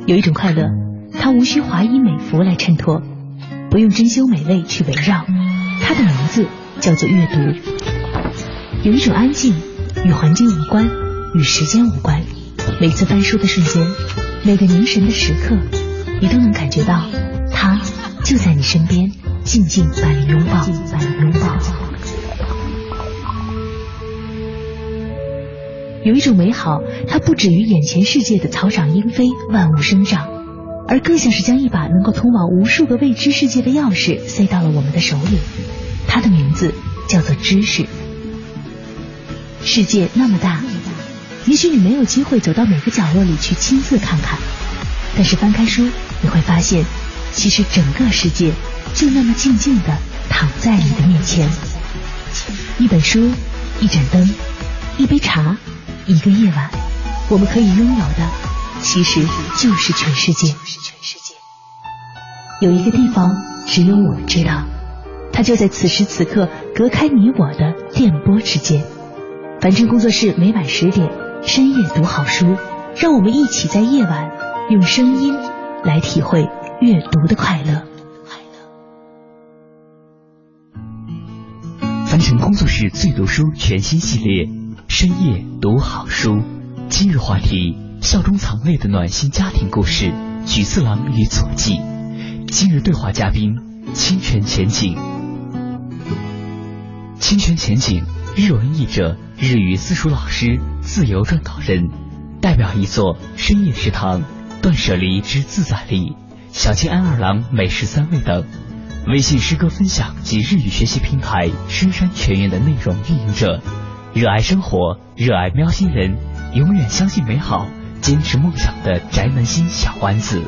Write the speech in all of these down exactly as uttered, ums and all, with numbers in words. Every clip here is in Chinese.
有一种快乐，它无需华衣美服来衬托，不用珍馐美味去围绕，它的名字叫做阅读。有一种安静，与环境无关，与时间无关，每次翻书的瞬间，每个凝神的时刻，你都能感觉到它就在你身边，静静把你拥抱，把你拥抱。有一种美好，它不止于眼前世界的草长莺飞，万物生长，而更像是将一把能够通往无数个未知世界的钥匙塞到了我们的手里。它的名字叫做知识。世界那么大，也许你没有机会走到每个角落里去亲自看看，但是翻开书，你会发现，其实整个世界就那么静静地躺在你的面前。一本书，一盏灯，一杯茶，一个夜晚，我们可以拥有的其实就是全世界。有一个地方只有我们知道，它就在此时此刻隔开你我的电波之间。凡尘工作室每晚十点深夜读好书，让我们一起在夜晚用声音来体会阅读的快乐。 凡尘工作室最读书全新系列深夜读好书，今日话题：笑中藏泪的暖心家庭故事《菊次郎与佐纪》。今日对话嘉宾：清泉前景。清泉前景，日文译者，日语私塾老师，自由撰稿人，代表一座深夜食堂、断舍离之自在力、小津安二郎美食三味等微信诗歌分享及日语学习平台深山全员的内容运营者，热爱生活，热爱喵星人，永远相信美好，坚持梦想的宅男心小丸子。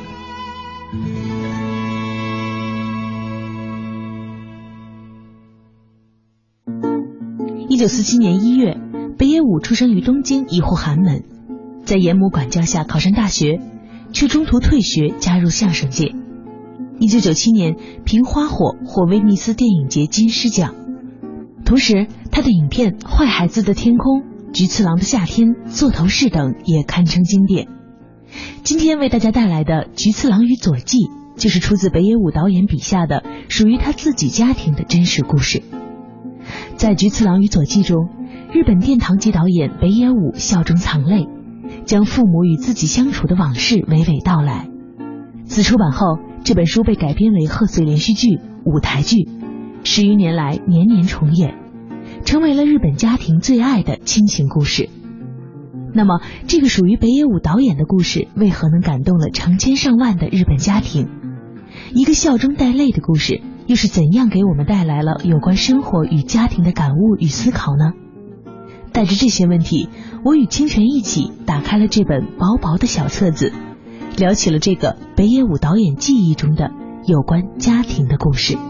一九四七年一月，北野武出生于东京一户寒门，在严母管教下考上大学，却中途退学加入相声界。一九九七年凭《花火》获威尼斯电影节金狮奖，同时他的影片《坏孩子的天空》、《菊次郎的夏天》、《座头市》等也堪称经典。今天为大家带来的《菊次郎与佐纪》就是出自北野武导演笔下的属于他自己家庭的真实故事。在《菊次郎与佐纪》中，日本殿堂级导演北野武笑中藏泪，将父母与自己相处的往事娓娓道来。自出版后，这本书被改编为贺岁连续剧、舞台剧，十余年来年年重演，成为了日本家庭最爱的亲情故事。那么，这个属于北野武导演的故事，为何能感动了成千上万的日本家庭？一个笑中带泪的故事，又是怎样给我们带来了有关生活与家庭的感悟与思考呢？带着这些问题，我与清泉一起打开了这本薄薄的小册子，聊起了这个北野武导演记忆中的有关家庭的故事。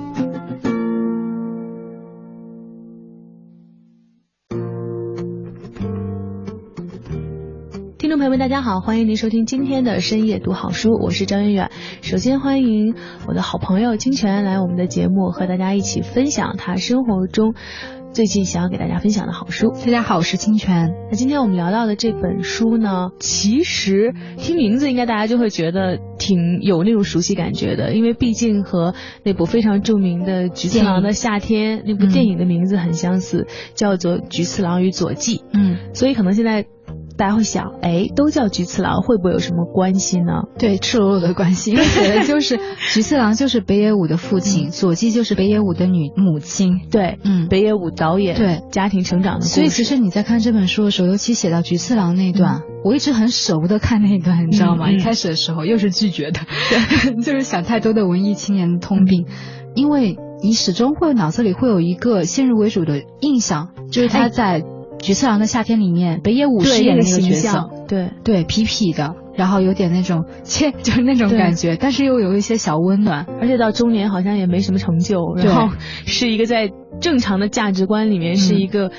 听众朋友们大家好，欢迎您收听今天的深夜读好书，我是张远远。首先欢迎我的好朋友清泉来我们的节目，和大家一起分享他生活中最近想要给大家分享的好书。 大家好，我是清泉。 那今天我们聊到的这本书呢，其实听名字应该大家就会觉得挺有那种熟悉感觉的，因为毕竟和那部非常著名的菊次郎的夏天那部电影的名字很相似，嗯、叫做《菊次郎与佐纪》。嗯，所以可能现在大家会想，哎，都叫菊次郎，会不会有什么关系呢？ 对，赤裸裸的关系，因为写的就是菊次郎就是北野武的父亲，嗯、佐纪就是北野武的女母亲。 对，嗯，北野武导演对家庭成长的故事。 所以其实你在看这本书的时候，尤其写到菊次郎那段，嗯、我一直很舍不得看那一段，你知道吗？嗯、一开始的时候又是拒绝的，对，就是想太多的文艺青年的通病，嗯、因为你始终会脑子里会有一个先入为主的印象，就是他在菊次郎的夏天里面，北野武饰演的那个角色， 对对，痞痞的，然后有点那种切，就是那种感觉，但是又有一些小温暖， 而且到中年好像也没什么成就，然后是一个在正常的价值观里面是一个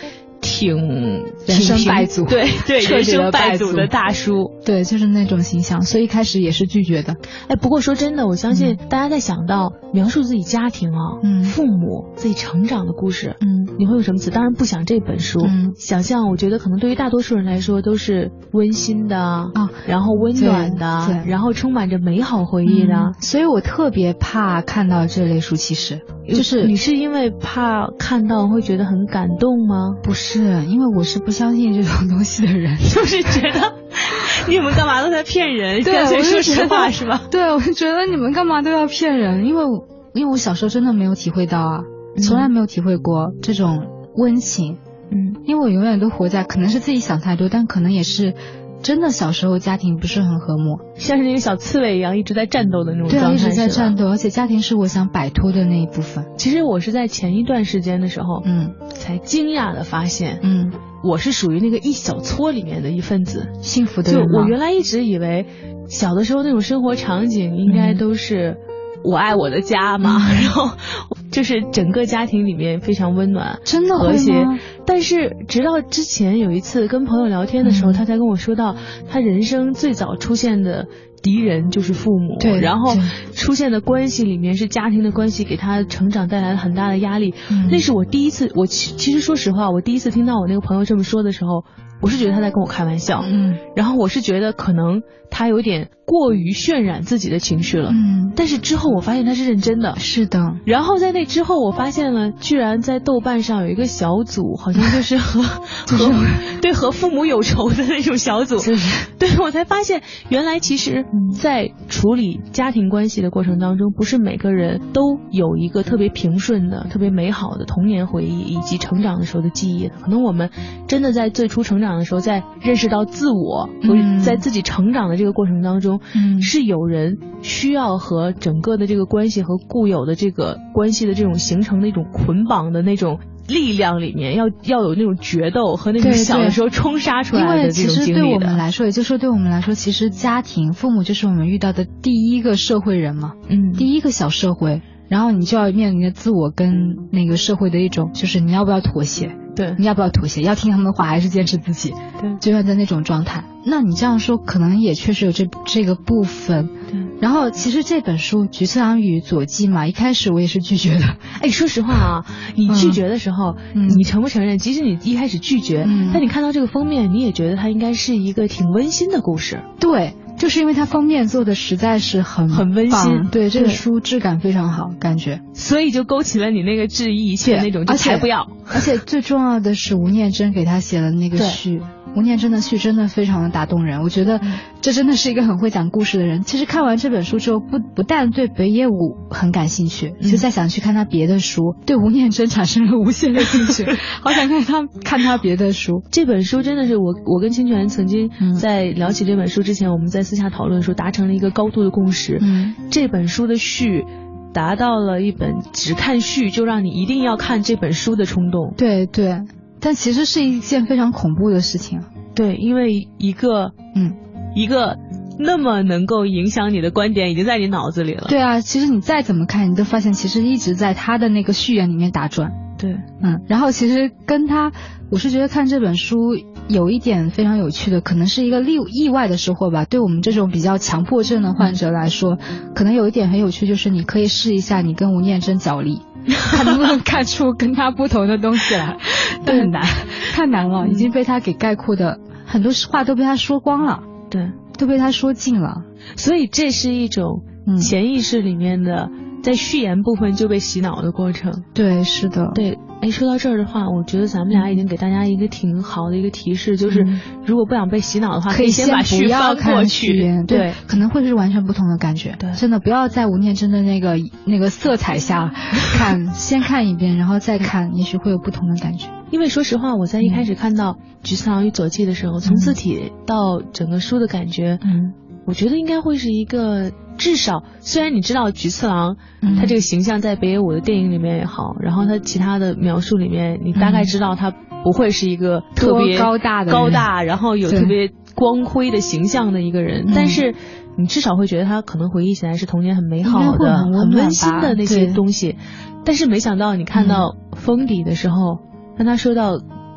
挺人生败祖， 对对，人生败祖的大叔， 对，就是那种形象，所以一开始也是拒绝的。 哎，不过说真的，我相信大家在想到描述自己家庭啊、嗯、父母、自己成长的故事，嗯，你会用什么词？当然不想这本书，嗯，想象我觉得可能对于大多数人来说都是温馨的啊，然后温暖的，对，然后充满着美好回忆的，嗯， 所以我特别怕看到这类书，其实就是你是因为怕看到会觉得很感动吗？ 不是，因为我是不相信这种东西的人， 就是觉得你们干嘛都在骗人，干脆说实话是吧？ 对，我就觉得你们干嘛都要骗人，因为因为我小时候真的没有体会到啊，从来没有体会过这种温情，嗯，因为我永远都活在可能是自己想太多，但可能也是真的小时候家庭不是很和睦， 像是那个小刺猬一样一直在战斗的那种状态， 对，一直在战斗，而且家庭是我想摆脱的那一部分。 其实我是在前一段时间的时候，嗯，才惊讶的发现，嗯，我是属于那个一小撮里面的一份子， 幸福的人。 就我原来一直以为小的时候那种生活场景应该都是我爱我的家嘛，嗯，然后就是整个家庭里面非常温暖， 真的和谐。但是直到之前有一次跟朋友聊天的时候，嗯，他才跟我说到，他人生最早出现的敌人就是父母， 对， 然后出现的关系里面是家庭的关系，给他成长带来了很大的压力。嗯，那是我第一次，我其其实说实话，我第一次听到我那个朋友这么说的时候，我是觉得他在跟我开玩笑，嗯，然后我是觉得可能他有点过于渲染自己的情绪了，嗯，但是之后我发现他是认真的， 是的。 然后在那之后，我发现了，居然在豆瓣上有一个小组，好像就是和就是和对和父母有仇的那种小组， 就是对，我才发现原来其实，在处理家庭关系的过程当中，不是每个人都有一个特别平顺的、特别美好的童年回忆以及成长的时候的记忆的。可能我们真的在最初成长的时候，在认识到自我和在自己成长的这个过程当中，嗯，是有人需要和整个的这个关系和固有的这个关系的这种形成的一种捆绑的那种力量里面，要要有那种决斗和那种小的时候冲杀出来的这种经历的。 因为其实对我们来说，也就是说对我们来说，其实家庭父母就是我们遇到的第一个社会人嘛，嗯，第一个小社会，然后你就要面临着自我跟那个社会的一种，就是你要不要妥协， 对， 你要不要妥协，要听他们的话还是坚持自己，对，就要在那种状态。那你这样说可能也确实有这这个部分，对。然后其实这本书《菊次郎与佐纪》嘛，一开始我也是拒绝的。 哎，说实话啊，你拒绝的时候，嗯，你承不承认？即使你一开始拒绝，嗯，但你看到这个封面，你也觉得它应该是一个挺温馨的故事。 对，就是因为它封面做的实在是很很温馨， 对，这个书质感非常好，感觉， 所以就勾起了你那个致意，且那种就才不要。 而且最重要的是吴念真给他写了那个序。吴念真的序真的非常的打动人，我觉得这真的是一个很会讲故事的人。其实看完这本书之后，不不但对北野武很感兴趣，就再想去看他别的书，对吴念真产生了无限的兴趣，好想看他看他别的书。 这本书真的是我我跟清泉曾经在聊起这本书之前，我们在私下讨论的时候达成了一个高度的共识。嗯，这本书的序达到了一本只看序就让你一定要看这本书的冲动。 对对。但其实是一件非常恐怖的事情， 对，因为一个嗯，一个那么能够影响你的观点已经在你脑子里了。 对啊，其实你再怎么看，你都发现其实一直在他的那个序言里面打转。 对， 嗯，然后其实跟他，我是觉得看这本书有一点非常有趣的，可能是一个意意外的收获吧。对我们这种比较强迫症的患者来说，可能有一点很有趣，就是你可以试一下你跟吴念真角力。他能不能看出跟他不同的东西来？但很难，太难了，已经被他给概括的很多话都被他说光了， 对， 都被他说尽了。 所以这是一种潜意识里面的，在序言部分就被洗脑的过程。 对，是的， 对。哎，说到这儿的话，我觉得咱们俩已经给大家一个挺好的一个提示，就是如果不想被洗脑的话， 可以先把序翻过去， 对，可能会是完全不同的感觉。 对， 真的不要在吴念真的那个那个色彩下看，先看一遍，然后再看，也许会有不同的感觉。 因为说实话，我在一开始看到《菊次郎与佐纪》的时候，从字体到整个书的感觉，嗯，我觉得应该会是一个。至少，虽然你知道菊次郎，嗯、他这个形象在北野武的电影里面也好，然后他其他的描述里面，你大概知道他不会是一个特别高大的高大，然后有特别光辉的形象的一个人，但是你至少会觉得他可能回忆起来是童年很美好的、很, 很温馨的那些东西。但是没想到你看到封底的时候，当他说到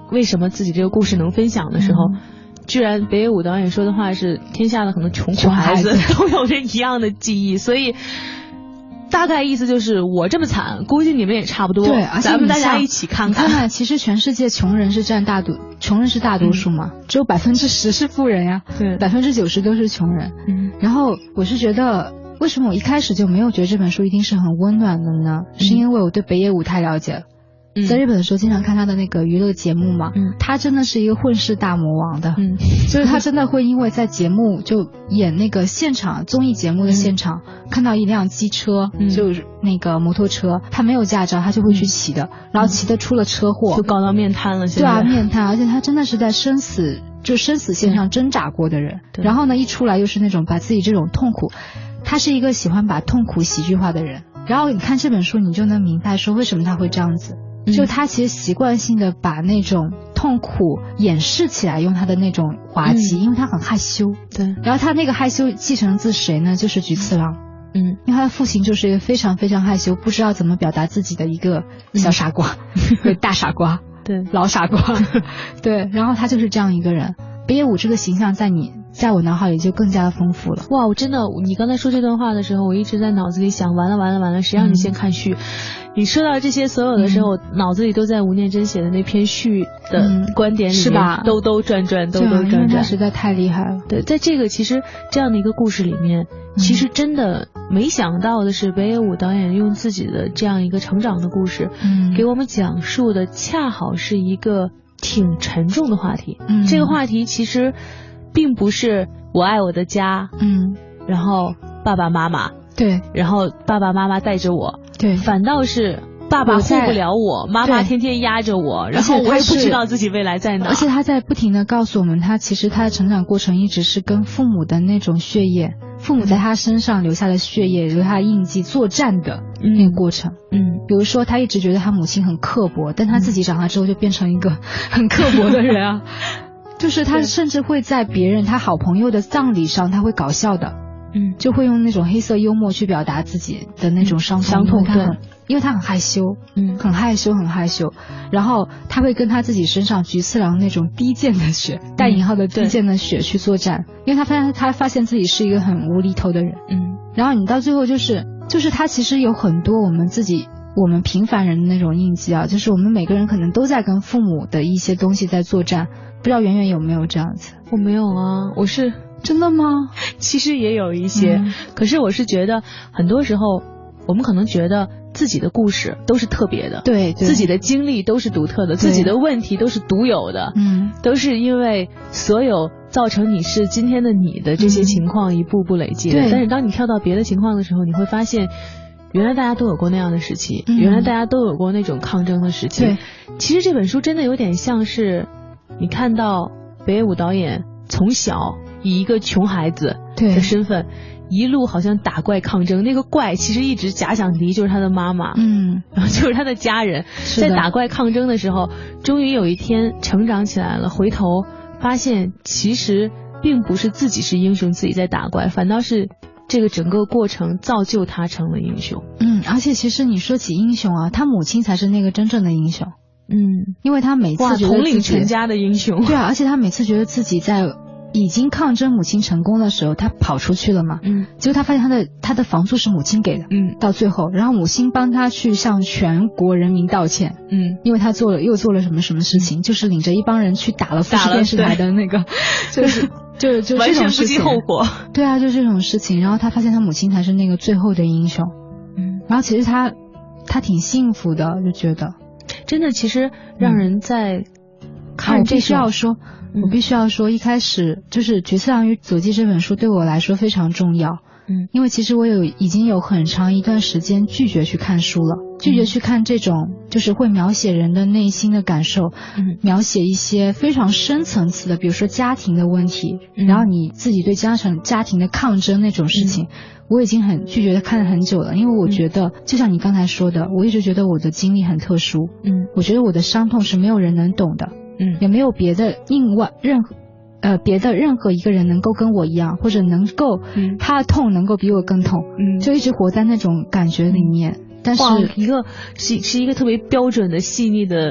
为什么自己这个故事能分享的时候，嗯、居然北野武导演说的话是天下的可能穷苦孩子都有着一样的记忆，所以大概意思就是我这么惨，估计你们也差不多。 对，而且咱们大家一起看看。 你看看，其实全世界穷人是占大多，穷人是大多数嘛，嗯、只有百分之十是富人呀， 对， 百分之九十都是穷人。 嗯， 然后我是觉得。为什么我一开始就没有觉得这本书一定是很温暖的呢？嗯、是因为我对北野武太了解了。嗯、在日本的时候经常看他的那个娱乐节目嘛，嗯、他真的是一个混世大魔王的，嗯、就是他真的会因为在节目就演那个现场综艺节目的现场，嗯、看到一辆机车，嗯、就是那个摩托车，他没有驾照，他就会去骑的，嗯、然后骑的出了车祸， 就搞到面瘫了。现在对啊，面瘫，而且他真的是在生死就生死线上挣扎过的人。然后呢，一出来又是那种把自己这种痛苦。他是一个喜欢把痛苦喜剧化的人，然后你看这本书你就能明白说为什么他会这样子，嗯、就他其实习惯性的把那种痛苦掩饰起来，用他的那种滑稽，嗯、因为他很害羞。 对， 然后他那个害羞继承自谁呢？就是菊次郎。 嗯， 因为他的父亲就是一个非常非常害羞，不知道怎么表达自己的一个小傻瓜，对、嗯，大傻瓜， 对， 老傻瓜，对，然后他就是这样一个人。北野武这个形象在你在我脑海里就更加的丰富了。 哇，我真的，你刚才说这段话的时候，我一直在脑子里想，完了完了完了，谁让你先看序？嗯、你说到这些所有的时候，嗯、脑子里都在吴念真写的那篇序的观点里面，嗯、是吧？兜兜转转，兜兜转转， 他实在太厉害了。 对，在这个其实这样的一个故事里面，嗯、其实真的没想到的是，北野武导演用自己的这样一个成长的故事，嗯，给我们讲述的恰好是一个挺沉重的话题。嗯，这个话题其实并不是我爱我的家， 嗯， 然后爸爸妈妈， 对， 然后爸爸妈妈带着我， 对， 反倒是爸爸护不了我，妈妈天天压着我，然后我也不知道自己未来在哪。 而且他在不停的告诉我们，他其实他的成长过程一直是跟父母的那种血液，父母在他身上留下的血液，留下的印记作战的那个过程。 嗯， 比如说他一直觉得他母亲很刻薄，但他自己长大之后就变成一个很刻薄的人啊。就是他甚至会在别人他好朋友的葬礼上，他会搞笑的， 嗯， 就会用那种黑色幽默去表达自己的那种伤痛， 伤痛，对， 因为他很害羞， 嗯， 很害羞，很害羞。然后他会跟他自己身上菊次郎那种低贱的血，嗯、带引号的低贱的血去作战，因为他发现他发现自己是一个很无厘头的人， 嗯。 然后你到最后就是就是他其实有很多我们自己。我们平凡人的那种印记啊，就是我们每个人可能都在跟父母的一些东西在作战，不知道圆圆有没有这样子？ 我没有啊，我是真的吗？ 其实也有一些，嗯、可是我是觉得很多时候我们可能觉得自己的故事都是特别的， 对，对， 自己的经历都是独特的，自己的问题都是独有的， 嗯， 都是因为所有造成你是今天的你的这些情况一步步累积的。嗯、但是当你跳到别的情况的时候，你会发现。原来大家都有过那样的时期，嗯、原来大家都有过那种抗争的时期。 对， 其实这本书真的有点像是你看到北野武导演从小以一个穷孩子的身份，一路好像打怪抗争。那个怪其实一直假想敌就是他的妈妈， 嗯， 然后就是他的家人，在打怪抗争的时候，终于有一天成长起来了，回头发现其实并不是自己是英雄，自己在打怪，反倒是。这个整个过程造就他成了英雄。 嗯，而且其实你说起英雄啊，他母亲才是那个真正的英雄。 嗯， 因为他每次觉得统领全家的英雄。 对啊，而且他每次觉得自己在已经抗争母亲成功的时候，他跑出去了嘛。 嗯， 结果他发现他的他的房租是母亲给的。 嗯， 到最后，然后母亲帮他去向全国人民道歉。 嗯， 因为他做了又做了什么什么事情，嗯、就是领着一帮人去打了富士电视台的那个，就是。就就这种事情，完全不计后果。 对啊，就这种事情。然后他发现他母亲才是那个最后的英雄。 嗯， 然后其实他他挺幸福的，就觉得真的，其实让人在看这、 嗯啊、我必须要说， 嗯、 我必须要说，一开始就是《菊次郎与佐纪》这本书对我来说非常重要。 嗯， 因为其实我有已经有很长一段时间拒绝去看书了，拒绝去看这种就是会描写人的内心的感受， 嗯， 描写一些非常深层次的，比如说家庭的问题， 嗯、 然后你自己对家庭家庭的抗争那种事情，嗯、我已经很拒绝的看了很久了，因为我觉得、嗯、就像你刚才说的，我一直觉得我的经历很特殊， 嗯， 我觉得我的伤痛是没有人能懂的， 嗯， 也没有别的另外任何。呃，别的任何一个人能够跟我一样，或者能够， 嗯， 他的痛能够比我更痛， 嗯， 就一直活在那种感觉里面。嗯、但是一个是是一个特别标准的细腻的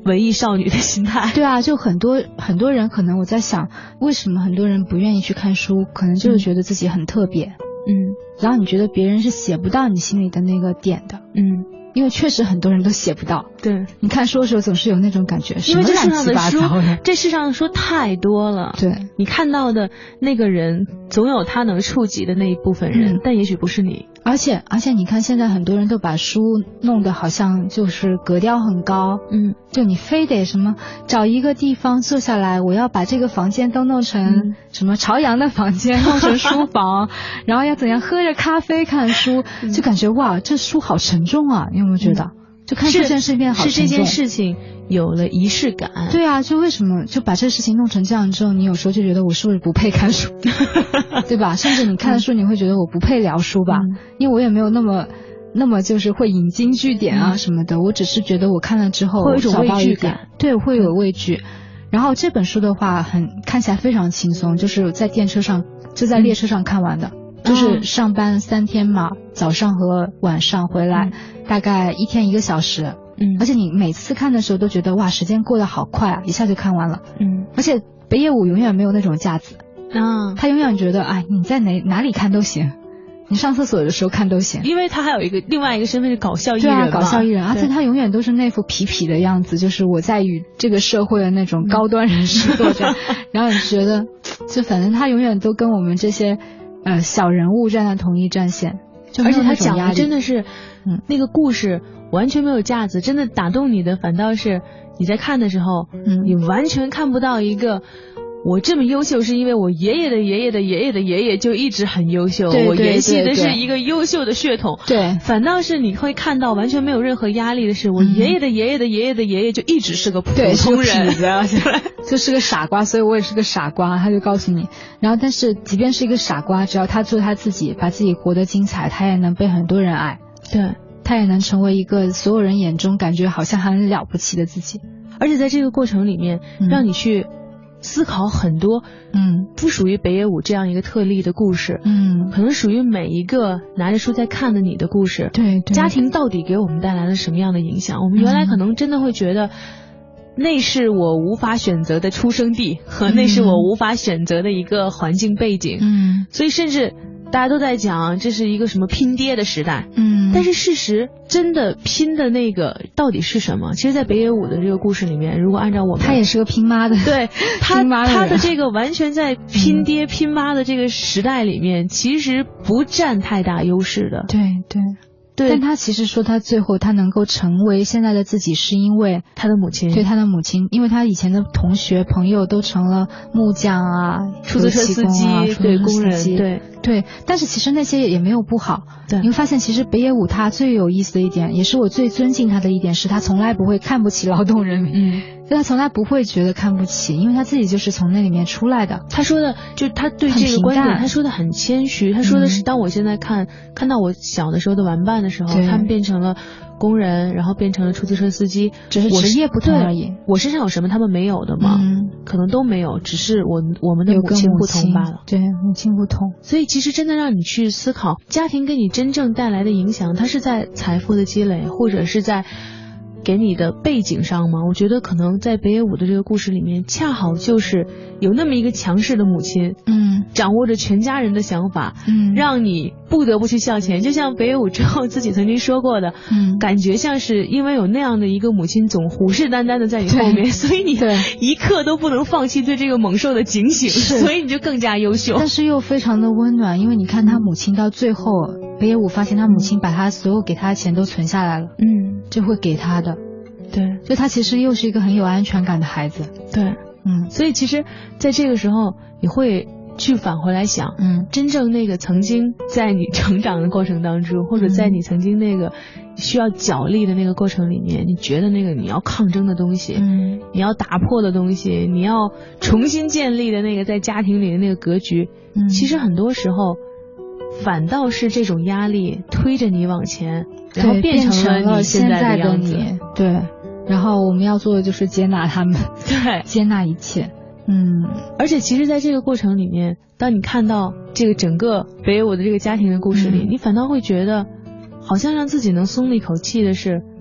文艺少女的心态。 对啊，就很多很多人可能我在想，为什么很多人不愿意去看书，可能就是觉得自己很特别， 嗯， 然后你觉得别人是写不到你心里的那个点的， 嗯， 因为确实很多人都写不到。 对， 你看书的时候总是有那种感觉， 因为这世上的书， 什么乱七八糟的这世上的书太多了。 对， 你看到的那个人，总有他能触及的那一部分人， 嗯、 但也许不是你。 而且而且你看现在很多人都把书弄得好像就是格调很高， 嗯， 就你非得什么找一个地方坐下来，我要把这个房间都弄成什么朝阳的房间，弄成书房，然后要怎样喝着咖啡看书，就感觉哇，这书好沉重啊，你有没有觉得？嗯、就看书这件事变好沉重， 是这件事情有了仪式感。 对啊，就为什么就把这事情弄成这样之后，你有时候就觉得我是不是不配看书，对吧？甚至你看的书，你会觉得我不配聊书吧，嗯、因为我也没有那么那么就是会引经据典啊什么的，嗯、我只是觉得我看了之后会有一种畏惧感， 对，会有畏惧。然后这本书的话，很看起来非常轻松，就是在电车上就在列车上看完的。嗯就是上班三天嘛，嗯、早上和晚上回来，嗯、大概一天一个小时。嗯，而且你每次看的时候都觉得哇，时间过得好快啊，一下就看完了。嗯，而且北野武永远没有那种架子啊，他永远觉得哎，你在哪哪里看都行，你上厕所的时候看都行， 因为他还有一个另外一个身份是搞笑艺人嘛， 对啊，搞笑艺人，而且他永远都是那副痞痞的样子，就是我在与这个社会的那种高端人士作战，嗯、然后你觉得，就反正他永远都跟我们这些。呃，小人物站在同一战线， 而且他讲的真的是，嗯，那个故事完全没有架子，真的打动你的反倒是你在看的时候，嗯，你完全看不到一个我这么优秀是因为我爷爷的爷爷的爷爷的爷爷就一直很优秀， 对对对对， 我延续的是一个优秀的血统， 对， 反倒是你会看到完全没有任何压力的是，我爷爷的爷爷的爷爷的爷爷就一直是个普通人， 对，就是个傻瓜，所以我也是个傻瓜，他就告诉你。然后，但是即便是一个傻瓜，只要他做他自己，把自己活得精彩，他也能被很多人爱。 对， 他也能成为一个所有人眼中感觉好像很了不起的自己。 而且在这个过程里面，嗯、让你去思考很多，嗯，不属于北野武这样一个特例的故事，嗯，可能属于每一个拿着书在看的你的故事。 对，对， 家庭到底给我们带来了什么样的影响？我们原来可能真的会觉得。那是我无法选择的出生地和那是我无法选择的一个环境背景，嗯，所以甚至大家都在讲这是一个什么拼爹的时代，嗯，但是事实真的拼的那个到底是什么？其实在北野武的这个故事里面，如果按照我们， 他也是个拼妈的， 对，他他的这个完全在拼爹拼妈的这个时代里面，嗯、其实不占太大优势的， 对对。对，但他其实说他最后他能够成为现在的自己，是因为他的母亲， 对他的母亲，因为他以前的同学朋友都成了木匠啊、 出租车司机、 啊、 对工人，对对。但是其实那些也没有不好， 对， 你会发现其实北野武他最有意思的一点，也是我最尊敬他的一点，是他从来不会看不起劳动人民，嗯。就他从来不会觉得看不起，因为他自己就是从那里面出来的。 他说的就他对这个观点，他说的很谦虚。他说的是，当我现在看、嗯、看到我小的时候的玩伴的时候，他们变成了工人，然后变成了出租车司机， 只是职业不同而已。 我身上有什么他们没有的吗？嗯，可能都没有，只是我我们的母亲不同罢了。 对，母亲不同。 所以其实真的让你去思考，家庭给你真正带来的影响，它是在财富的积累，或者是在。给你的背景上吗？我觉得可能在北野武的这个故事里面，恰好就是有那么一个强势的母亲，嗯，掌握着全家人的想法，嗯，让你不得不去向前。就像北野武之后自己曾经说过的，嗯，感觉像是因为有那样的一个母亲总虎视眈眈的在你后面，所以你一刻都不能放弃对这个猛兽的警醒，所以你就更加优秀。 但是又非常的温暖，因为你看他母亲到最后，北野武发现他母亲把他所有给他的钱都存下来了，嗯，就会给他的。 对， 就他其实又是一个很有安全感的孩子。 对，嗯，所以其实在这个时候你会去返回来想，嗯，真正那个曾经在你成长的过程当中，或者在你曾经那个需要角力的那个过程里面，你觉得那个你要抗争的东西，嗯，你要打破的东西，你要重新建立的那个在家庭里的那个格局，嗯，其实很多时候反倒是这种压力推着你往前，然后变成了你现在的样子。 对。然后我们要做的就是接纳他们， 对， 接纳一切，嗯。 而且其实在这个过程里面，当你看到这个整个北野武的这个家庭的故事里，嗯，你反倒会觉得，好像让自己能松了一口气的是，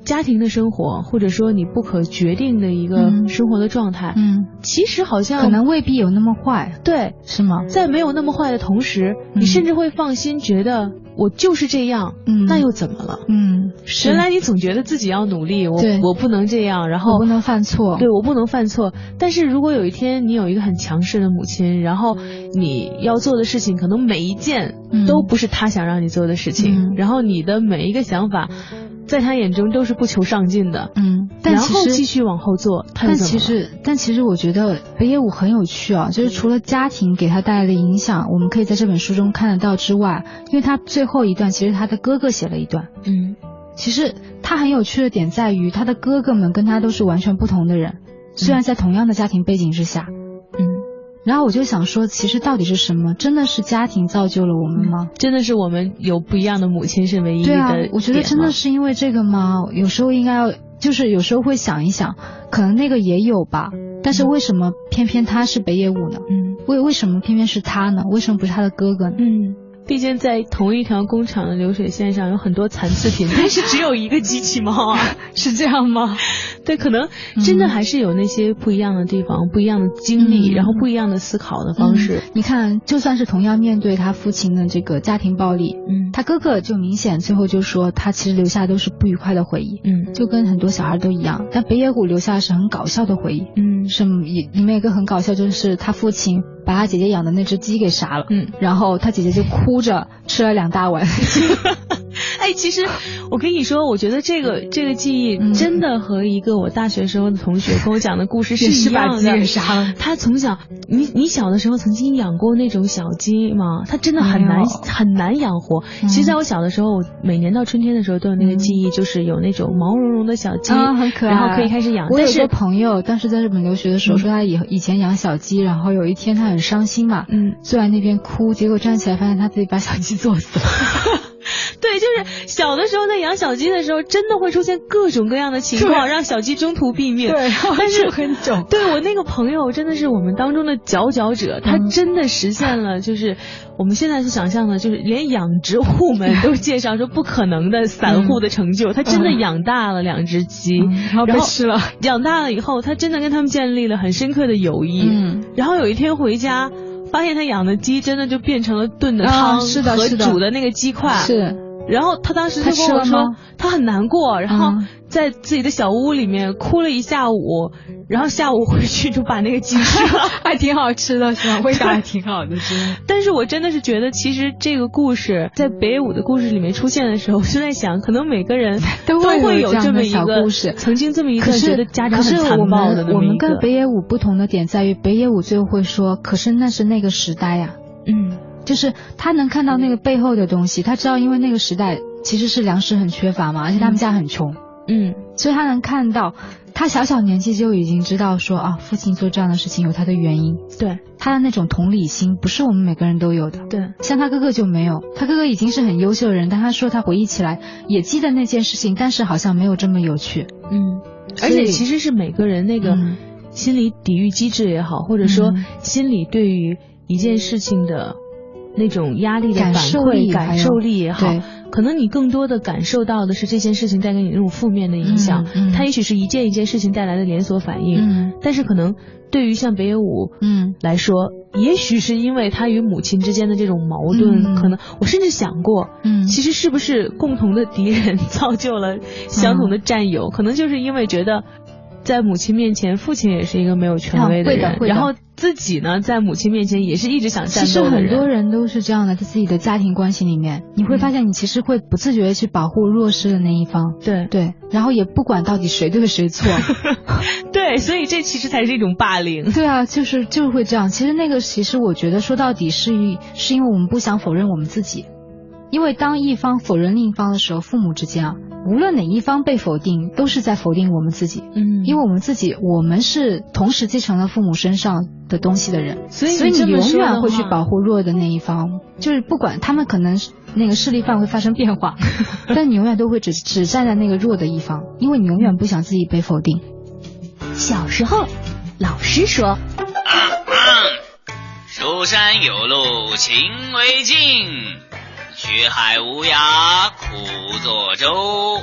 家庭的生活，或者说你不可决定的一个生活的状态， 嗯， 其实好像可能未必有那么坏， 对， 是吗？ 在没有那么坏的同时，嗯、你甚至会放心，觉得我就是这样， 嗯， 那又怎么了？ 嗯， 原来你总觉得自己要努力，我我不能这样，然后我不能犯错， 对我不能犯错。但是如果有一天你有一个很强势的母亲，然后你要做的事情可能每一件都不是她想让你做的事情，嗯、然后你的每一个想法，在她眼中都是不求上进的， 嗯，但然后继续往后做。 但其实，但其实我觉得北野武很有趣啊，就是除了家庭给他带来的影响，我们可以在这本书中看得到之外，因为他最后一段其实他的哥哥写了一段， 嗯， 其实他很有趣的点在于他的哥哥们跟他都是完全不同的人，虽然在同样的家庭背景之下， 嗯， 然后我就想说，其实到底是什么？真的是家庭造就了我们吗？ 嗯、真的是我们有不一样的母亲是唯一的？ 对啊，我觉得真的是因为这个吗？有时候应该要，就是有时候会想一想，可能那个也有吧，但是为什么偏偏他是北野武呢？ 嗯， 为为什么偏偏是他呢？为什么不是他的哥哥呢？ 嗯。毕竟在同一条工厂的流水线上有很多残次品，但是只有一个机器猫啊， 是这样吗？ 对，可能真的还是有那些不一样的地方，嗯、不一样的经历，嗯、然后不一样的思考的方式。 嗯、你看，就算是同样面对他父亲的这个家庭暴力， 嗯， 他哥哥就明显最后就说他其实留下都是不愉快的回忆， 嗯， 就跟很多小孩都一样。但北野武留下的是很搞笑的回忆， 嗯， 是里面有一个很搞笑，就是他父亲把他姐姐养的那只鸡给杀了， 嗯， 然后他姐姐就哭着吃了两大碗。 哎，其实我跟你说，我觉得这个这个记忆真的和一个我大学时候的同学跟我讲的故事是一样的。 是把鸡给杀了。 他从小，你你小的时候曾经养过那种小鸡吗？它真的很难很难养活。嗯、其实在我小的时候，我每年到春天的时候都有那个记忆，嗯、就是有那种毛茸茸的小鸡， 啊，很可爱， 然后可以开始养。 我有一个朋友，当时在日本留学的时候，嗯、说他以以前养小鸡，然后有一天他很伤心嘛， 嗯， 坐在那边哭，结果站起来发现他自己把小鸡做死了。 对，就是小的时候在养小鸡的时候，真的会出现各种各样的情况，让小鸡中途毙命。 对， 但是很囧。 对，我那个朋友真的是我们当中的佼佼者，他真的实现了，就是我们现在所想象的，就是连养殖户们都介绍说不可能的散户的成就。嗯、他真的养大了两只鸡， 嗯、然后被吃了。 养大了以后，他真的跟他们建立了很深刻的友谊。 嗯， 然后有一天回家，发现他养的鸡真的就变成了炖的汤、 啊、是的和煮的那个鸡块。 是。 然后他当时就跟我说，他很难过，然后在自己的小屋里面哭了一下午，然后下午回去就把那个鸡吃了， 还挺好吃的，是吧？味道还挺好的，真的。 但是我真的是觉得，其实这个故事在北野武的故事里面出现的时候，我就在想，可能每个人都会有这么一个故事， 曾经这么一段觉得家长很残暴的那么一个。 我们跟北野武不同的点在于，北野武最后会说，可是那是那个时代呀、 啊，嗯。 就是他能看到那个背后的东西，他知道因为那个时代其实是粮食很缺乏嘛，而且他们家很穷， 嗯， 所以他能看到，他小小年纪就已经知道说啊，父亲做这样的事情有他的原因， 对， 他的那种同理心不是我们每个人都有的， 对， 像他哥哥就没有，他哥哥已经是很优秀的人，但他说他回忆起来也记得那件事情，但是好像没有这么有趣， 嗯，而且其实是每个人那个心理抵御机制也好，或者说心理对于一件事情的那种压力的反馈感受力也好，可能你更多的感受到的是这件事情带给你那种负面的影响， 嗯嗯、 它也许是一件一件事情带来的连锁反应， 嗯、 但是可能对于像北野武嗯来说，也许是因为他与母亲之间的这种矛盾， 嗯、 可能我甚至想过， 嗯， 其实是不是共同的敌人造就了相同的战友，嗯、可能就是因为觉得在母亲面前，父亲也是一个没有权威的人， 啊、 然后自己呢，在母亲面前也是一直想战斗的人。 其实很多人都是这样的，在自己的家庭关系里面，你会发现你其实会不自觉的去保护弱势的那一方。 对对，然后也不管到底谁对谁错。 对，所以这其实才是一种霸凌。 对啊，就是就是会这样。其实那个，其实我觉得说到底是是因为我们不想否认我们自己，因为当一方否认另一方的时候，父母之间啊。无论哪一方被否定，都是在否定我们自己。 嗯， 因为我们自己，我们是同时继承了父母身上的东西的人， 所以所以你永远会去保护弱的那一方。就是不管他们可能那个势力范围发生变化，但你永远都会只只站在那个弱的一方，因为你永远不想自己被否定。 小时候，老师说：“啊啊，蜀山有路勤为径。”学海无涯苦作舟，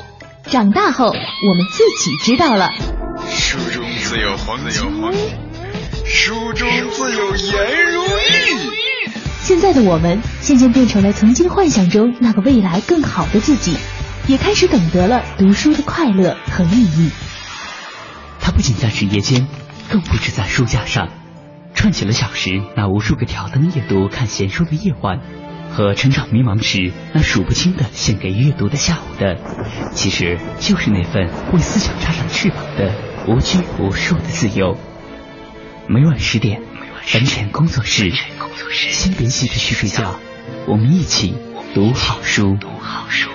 长大后我们自己知道了。 书中自有黄金，书中自有颜如玉。 现在的我们渐渐变成了曾经幻想中那个未来更好的自己，也开始懂得了读书的快乐和意义。 它不仅在纸页间，更不止在书架上，串起了小时那无数个挑灯夜读看闲书的夜晚，和成长迷茫时那数不清的献给阅读的下午的，其实就是那份为思想插上翅膀的无拘无束的自由。每晚十点，坟前工作室，先别急着去睡觉，我们一起读好书。读好书。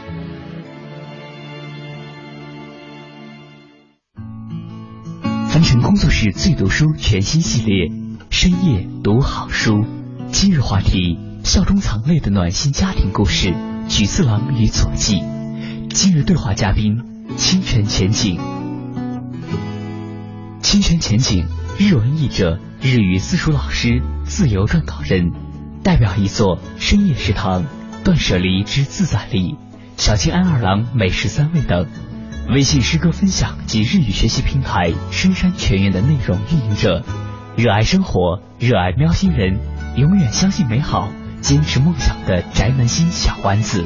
凡尘工作室最读书全新系列，深夜读好书。今日话题：笑中藏泪的暖心家庭故事《菊次郎与佐纪》。今日对话嘉宾：清泉前景。清泉前景，日文译者，日语私塾老师，自由撰稿人，代表一作深夜食堂、断舍离之自在力、小津安二郎美食三味等。微信诗歌分享及日语学习平台深山全院的内容运营者，热爱生活，热爱喵星人，永远相信美好，坚持梦想的宅男心小丸子。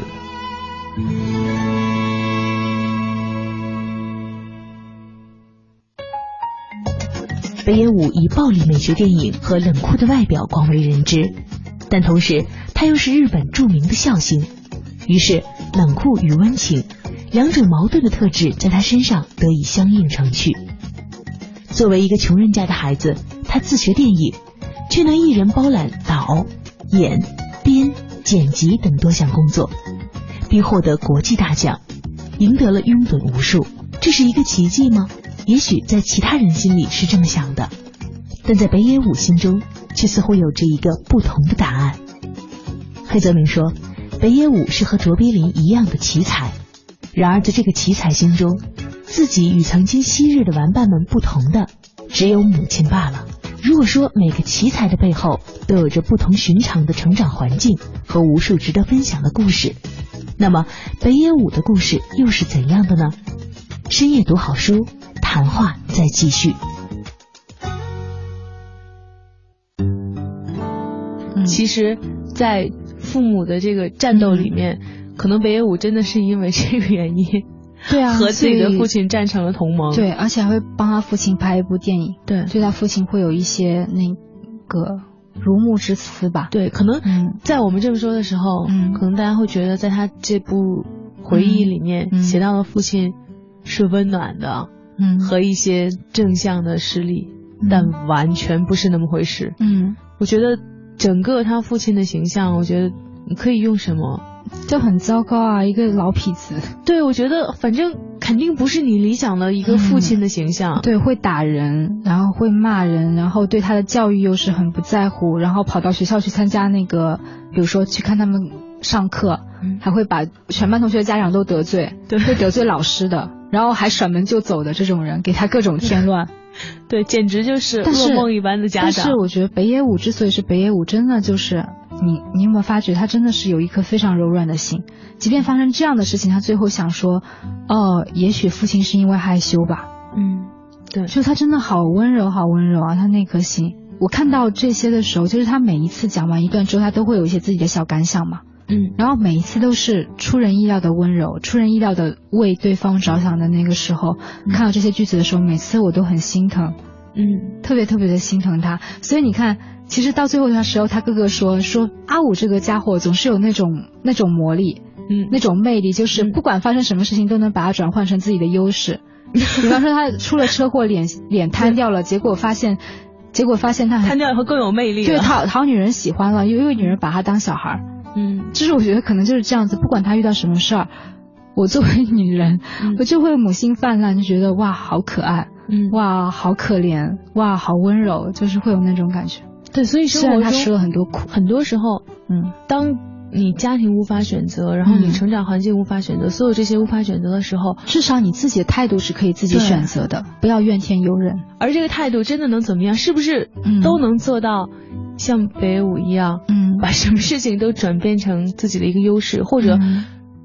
北野武以暴力美学电影和冷酷的外表广为人知，但同时他又是日本著名的笑星，于是冷酷与温情两者矛盾的特质在他身上得以相映成趣。作为一个穷人家的孩子，他自学电影，却能一人包揽导、演、编、剪辑等多项工作，并获得国际大奖，赢得了拥趸无数。这是一个奇迹吗？也许在其他人心里是这么想的，但在北野武心中却似乎有着一个不同的答案。黑泽明说，北野武是和卓别林一样的奇才，然而在这个奇才心中，自己与曾经昔日的玩伴们不同的只有母亲罢了。如果说每个奇才的背后都有着不同寻常的成长环境和无数值得分享的故事，那么北野武的故事又是怎样的呢？深夜读好书，谈话再继续。 其实在父母的这个战斗里面、嗯、可能北野武真的是因为这个原因， 对啊， 和自己的父亲战成了同盟。 对，而且还会帮他父亲拍一部电影。 对， 对他父亲会有一些那个如沐之词吧。 对，可能在我们这么说的时候、嗯、可能大家会觉得在他这部回忆里面、嗯、写到了父亲是温暖的、嗯、和一些正向的实力、嗯、但完全不是那么回事。嗯，我觉得整个他父亲的形象，我觉得你可以用什么就很糟糕啊，一个老痞子。 对，我觉得反正肯定不是你理想的一个父亲的形象、 嗯、对，会打人，然后会骂人，然后对他的教育又是很不在乎，然后跑到学校去参加那个比如说去看他们上课、嗯、还会把全班同学的家长都得罪，对，会得罪老师的，然后还甩门就走的这种人，给他各种添乱对，简直就是噩梦一般的家长。 但是我觉得北野武之所以是北野武，真的就是你你有没有发觉他真的是有一颗非常柔软的心，即便发生这样的事情，他最后想说哦，也许父亲是因为害羞吧。 嗯，对， 就他真的好温柔好温柔啊，他那颗心。我看到这些的时候，就是他每一次讲完一段之后，他都会有一些自己的小感想嘛。嗯，然后每一次都是出人意料的温柔，出人意料的为对方着想的那个时候、嗯、看到这些句子的时候，每次我都很心疼。嗯，特别特别的心疼他。所以你看，其实到最后的时候，他哥哥说说阿武这个家伙总是有那种那种魔力，嗯，那种魅力，就是不管发生什么事情都能把它转换成自己的优势。比方说他出了车祸，脸脸瘫掉了，结果发现结果发现他瘫掉以后更有魅力了， 对，讨讨女人喜欢了，因为女人把他当小孩。嗯，就是我觉得可能就是这样子，不管他遇到什么事儿，我作为女人、嗯、我就会母性泛滥，就觉得哇好可爱，嗯，哇好可怜，哇好温柔，就是会有那种感觉。 对，所以生活中他吃了很多苦， 很多时候嗯，当你家庭无法选择，然后你成长环境无法选择、嗯、所有这些无法选择的时候， 至少你自己的态度是可以自己选择的，不要怨天尤人。 而这个态度真的能怎么样，是不是都能做到像北野武一样，嗯，把什么事情都转变成自己的一个优势，或者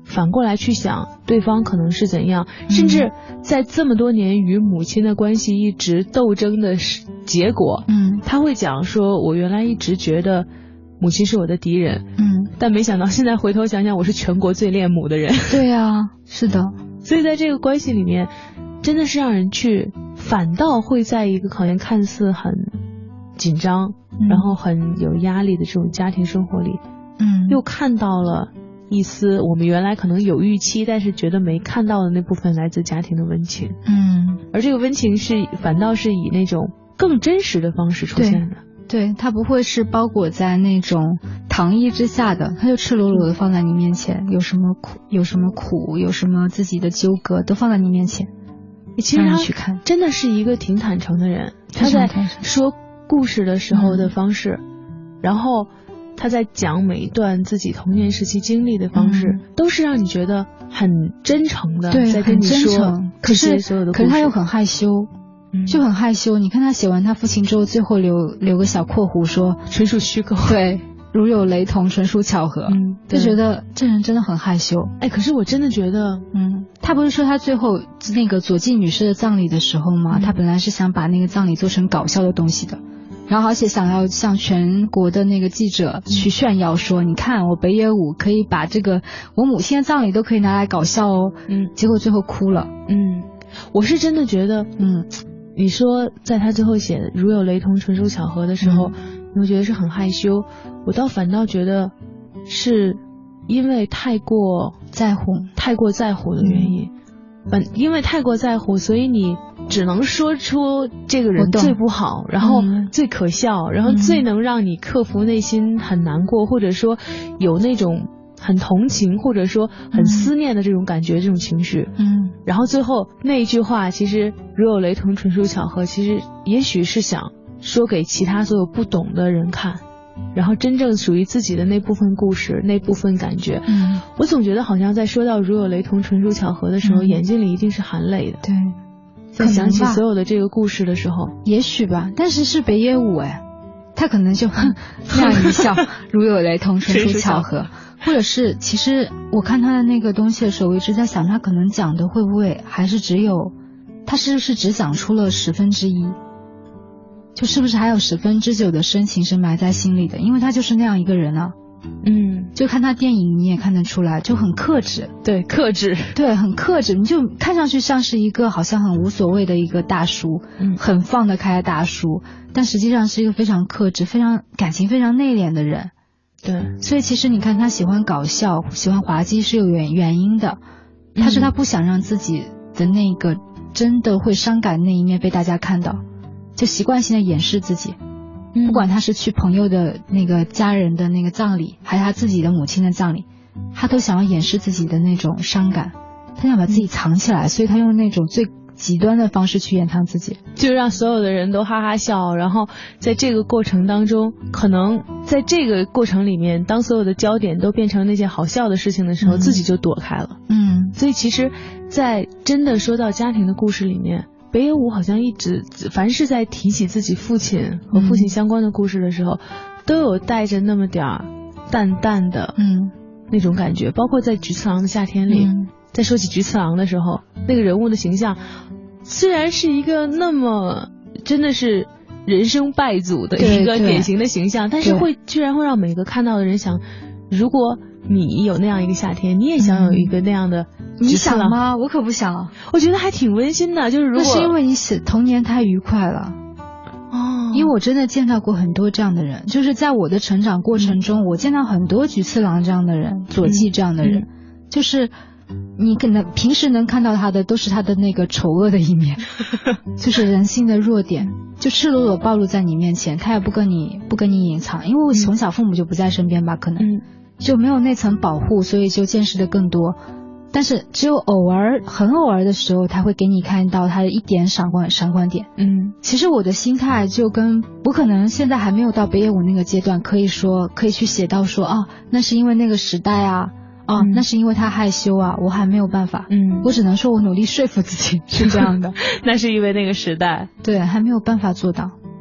反过来去想对方可能是怎样，嗯、甚至在这么多年与母亲的关系一直斗争的结果，嗯，他会讲说，我原来一直觉得母亲是我的敌人，嗯，但没想到现在回头想想，我是全国最恋母的人。 对啊，是的。 所以在这个关系里面，真的是让人去，反倒会在一个好像看似很紧张、嗯、然后很有压力的这种家庭生活里，嗯，又看到了一丝我们原来可能有预期但是觉得没看到的那部分来自家庭的温情，嗯，而这个温情是反倒是以那种更真实的方式出现的。 对，它不会是包裹在那种糖衣之下的，它就赤裸裸的放在你面前，有什么苦有什么苦有什么自己的纠葛都放在你面前， 其实他真的是一个挺坦诚的人，他在说故事的时候的方式、嗯、然后他在讲每一段自己童年时期经历的方式、嗯、都是让你觉得很真诚的， 对， 在跟你说可是所有的故事， 可是他又很害羞，就很害羞。你看他写完他父亲之后，最后留留个小括弧说纯属虚构， 对，如有雷同，纯属巧合。嗯，就觉得这人真的很害羞。 哎，可是我真的觉得， 嗯，他不是说他最后那个左季女士的葬礼的时候吗？嗯、他本来是想把那个葬礼做成搞笑的东西的，然后而且想要向全国的那个记者去炫耀说，嗯、你看我北野武可以把这个我母亲的葬礼都可以拿来搞笑哦。嗯，结果最后哭了。 嗯，我是真的觉得，嗯。你说在他最后写如有雷同纯属巧合的时候、嗯、你会觉得是很害羞，我倒反倒觉得是因为太过在乎太过在乎的原因、嗯、反因为太过在乎，所以你只能说出这个人最不好，然后最可笑、嗯、然后最能让你克服内心很难过、嗯、或者说有那种很同情或者说很思念的这种感觉、嗯、这种情绪，嗯，然后最后那一句话其实如有雷同纯属巧合，其实也许是想说给其他所有不懂的人看，然后真正属于自己的那部分故事那部分感觉，嗯，我总觉得好像在说到如有雷同纯属巧合的时候、嗯、眼睛里一定是含泪的， 对， 在想起所有的这个故事的时候， 也许吧，但是是北野武哎，他可能就哼那样一笑如有雷同纯属巧合或者是其实我看他的那个东西的时候，我一直在想他可能讲的会不会还是只有他是不是只讲出了十分之一，就是不是还有十分之九的深情是埋在心里的，因为他就是那样一个人啊。嗯，就看他电影你也看得出来就很克制， 对，克制， 对，很克制，你就看上去像是一个好像很无所谓的一个大叔、嗯、很放得开的大叔，但实际上是一个非常克制非常感情非常内敛的人。 对， 所以其实你看他喜欢搞笑喜欢滑稽是有原原因的，他是他不想让自己的那个真的会伤感那一面被大家看到，就习惯性的掩饰自己、嗯、不管他是去朋友的那个家人的那个葬礼还是他自己的母亲的葬礼，他都想要掩饰自己的那种伤感，他想把自己藏起来、嗯、所以他用那种最极端的方式去演他自己， 就让所有的人都哈哈笑，然后在这个过程当中，可能在这个过程里面，当所有的焦点都变成那件好笑的事情的时候、嗯、自己就躲开了。嗯，所以其实在真的说到家庭的故事里面，北野武好像一直凡是在提起自己父亲和父亲相关的故事的时候、嗯、都有带着那么点儿淡淡的嗯那种感觉，包括在菊次郎的夏天里、嗯、在说起菊次郎的时候，那个人物的形象虽然是一个那么真的是人生败祖的一个典型的形象，但是会居然会让每个看到的人想，如果你有那样一个夏天，你也想有一个那样的、 嗯、你想吗？我可不想。 我觉得还挺温馨的，就是如果那是因为你写童年太愉快了哦，因为我真的见到过很多这样的人，就是在我的成长过程中、嗯、我见到很多菊次郎这样的人，佐纪这样的人、嗯嗯、就是你可能平时能看到他的都是他的那个丑恶的一面就是人性的弱点就赤裸裸暴露在你面前，他也不跟你不跟你隐藏，因为我从小父母就不在身边吧，可能、嗯、就没有那层保护，所以就见识的更多，但是只有偶尔很偶尔的时候他会给你看到他的一点闪光闪光点。嗯，其实我的心态就跟我可能现在还没有到北野武那个阶段可以说可以去写到说啊，那是因为那个时代啊哦、嗯，那是因为他害羞啊，我还没有办法。嗯，我只能说我努力说服自己是这样的。 那是因为那个时代， 对，还没有办法做到。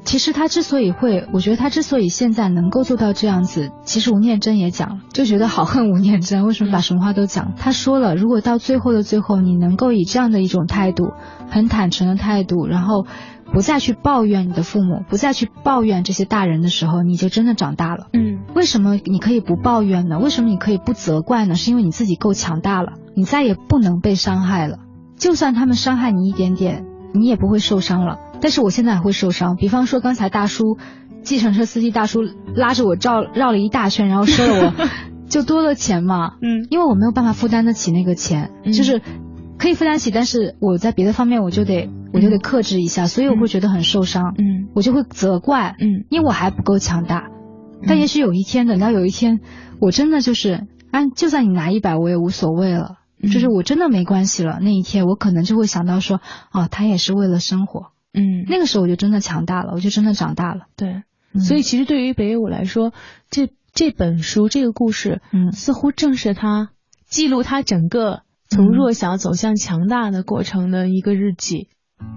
其实他之所以会，我觉得他之所以现在能够做到这样子，其实吴念真也讲了，就觉得好恨吴念真，为什么把什么话都讲？他说了，如果到最后的最后，你能够以这样的一种态度，很坦诚的态度，然后不再去抱怨你的父母，不再去抱怨这些大人的时候，你就真的长大了。 嗯， 为什么你可以不抱怨呢？为什么你可以不责怪呢？是因为你自己够强大了，你再也不能被伤害了。就算他们伤害你一点点，你也不会受伤了。但是我现在还会受伤，比方说刚才大叔，计程车司机大叔拉着我绕绕了一大圈，然后收了我就多了钱嘛。 嗯， 因为我没有办法负担得起那个钱， 嗯、 就是可以负担起，但是我在别的方面我就得我就得克制一下，所以我会觉得很受伤。 嗯， 我就会责怪， 嗯， 因为我还不够强大。但也许有一天，等到有一天，我真的就是啊，就算你拿一百我也无所谓了。就是我真的没关系了，那一天我可能就会想到说，哦，他也是为了生活。 嗯， 那个时候我就真的强大了，我就真的长大了。 对， 嗯、 所以其实对于北野武来说，这这本书这个故事， 嗯， 似乎正是他记录他整个从弱小走向强大的过程的一个日记。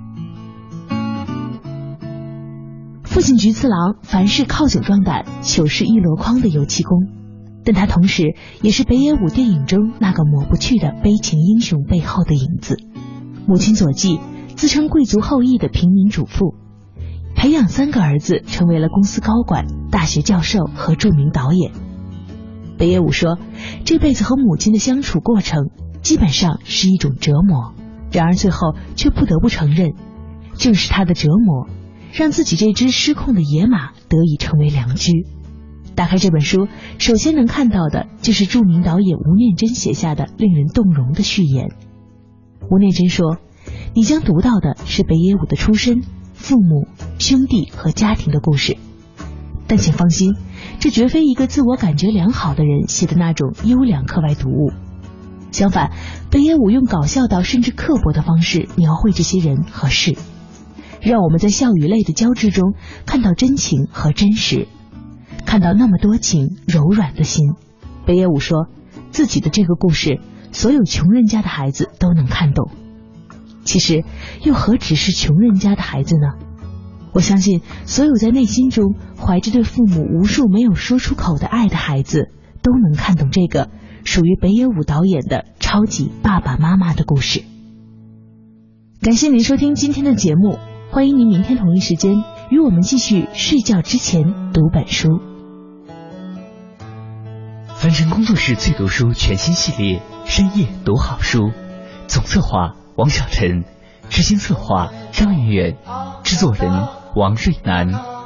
父亲菊次郎凡事靠酒壮胆，糗事一箩筐的油漆工，但他同时也是北野武电影中那个抹不去的悲情英雄背后的影子。母亲佐纪自称贵族后裔的平民主妇，培养三个儿子成为了公司高管、大学教授和著名导演。北野武说，这辈子和母亲的相处过程基本上是一种折磨，然而最后却不得不承认，正是他的折磨让自己这只失控的野马得以成为良驹。打开这本书，首先能看到的就是著名导演吴念真写下的令人动容的序言。吴念真说，你将读到的是北野武的出身、父母、兄弟和家庭的故事，但请放心，这绝非一个自我感觉良好的人写的那种优良课外读物。相反，北野武用搞笑到甚至刻薄的方式描绘这些人和事，让我们在笑与泪的交织中看到真情和真实，看到那么多情柔软的心。北野武说，自己的这个故事所有穷人家的孩子都能看懂。其实又何止是穷人家的孩子呢？我相信所有在内心中怀着对父母无数没有说出口的爱的孩子都能看懂这个属于北野武导演的超级爸爸妈妈的故事。感谢您收听今天的节目，欢迎您明天同一时间与我们继续睡觉之前读本书。 凡尘工作室最读书全新系列深夜读好书，总策划王小晨，执行策划张远远，制作人王瑞南。